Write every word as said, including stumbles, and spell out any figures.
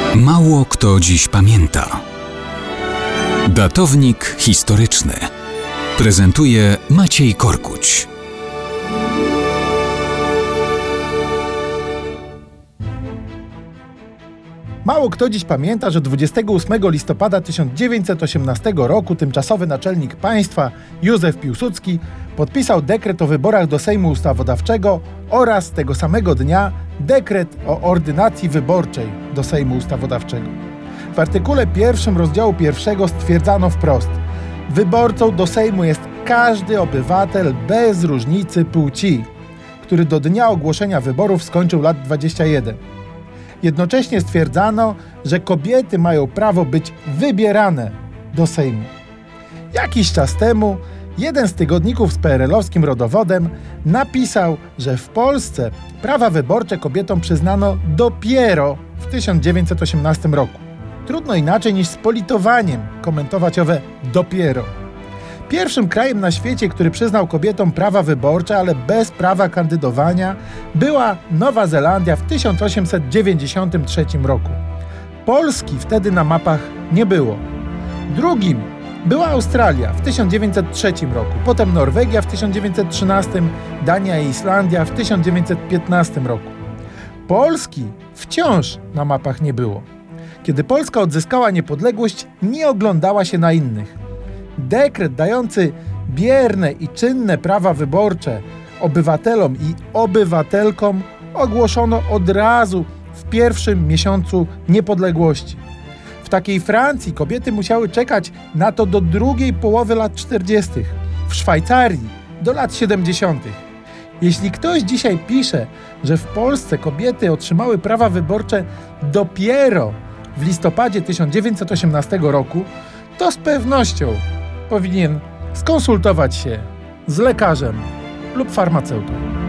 Mało kto dziś pamięta. Datownik historyczny prezentuje Maciej Korkuć. Mało kto dziś pamięta, że dwudziestego ósmego listopada tysiąc dziewięćset osiemnastego roku tymczasowy naczelnik państwa Józef Piłsudski podpisał dekret o wyborach do Sejmu Ustawodawczego oraz tego samego dnia dekret o ordynacji wyborczej do Sejmu Ustawodawczego. W artykule pierwszym rozdziału pierwszego stwierdzano wprost: wyborcą do Sejmu jest każdy obywatel bez różnicy płci, który do dnia ogłoszenia wyborów skończył lat dwadzieścia jeden. Jednocześnie stwierdzano, że kobiety mają prawo być wybierane do Sejmu. Jakiś czas temu jeden z tygodników z P R L-owskim rodowodem napisał, że w Polsce prawa wyborcze kobietom przyznano dopiero w tysiąc dziewięćset osiemnastym roku. Trudno inaczej niż z politowaniem komentować owe dopiero. Pierwszym krajem na świecie, który przyznał kobietom prawa wyborcze, ale bez prawa kandydowania, była Nowa Zelandia w tysiąc osiemset dziewięćdziesiątym trzecim roku. Polski wtedy na mapach nie było. Drugim była Australia w tysiąc dziewięćset trzecim roku, potem Norwegia w tysiąc dziewięćset trzynastym, Dania i Islandia w tysiąc dziewięćset piętnastym roku. Polski wciąż na mapach nie było. Kiedy Polska odzyskała niepodległość, nie oglądała się na innych. Dekret dający bierne i czynne prawa wyborcze obywatelom i obywatelkom ogłoszono od razu w pierwszym miesiącu niepodległości. W takiej Francji kobiety musiały czekać na to do drugiej połowy lat czterdziestych, w Szwajcarii do lat siedemdziesiątych. Jeśli ktoś dzisiaj pisze, że w Polsce kobiety otrzymały prawa wyborcze dopiero w listopadzie tysiąc dziewięćset osiemnastego roku, to z pewnością powinien skonsultować się z lekarzem lub farmaceutą.